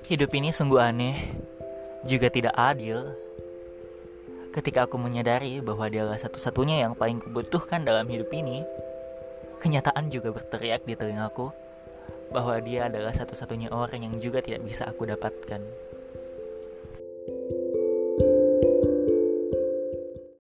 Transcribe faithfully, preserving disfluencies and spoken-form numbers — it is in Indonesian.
Hidup ini sungguh aneh, juga tidak adil. Ketika aku menyadari bahwa dia adalah satu-satunya yang paling kubutuhkan dalam hidup ini, kenyataan juga berteriak di telingaku bahwa dia adalah satu-satunya orang yang juga tidak bisa aku dapatkan.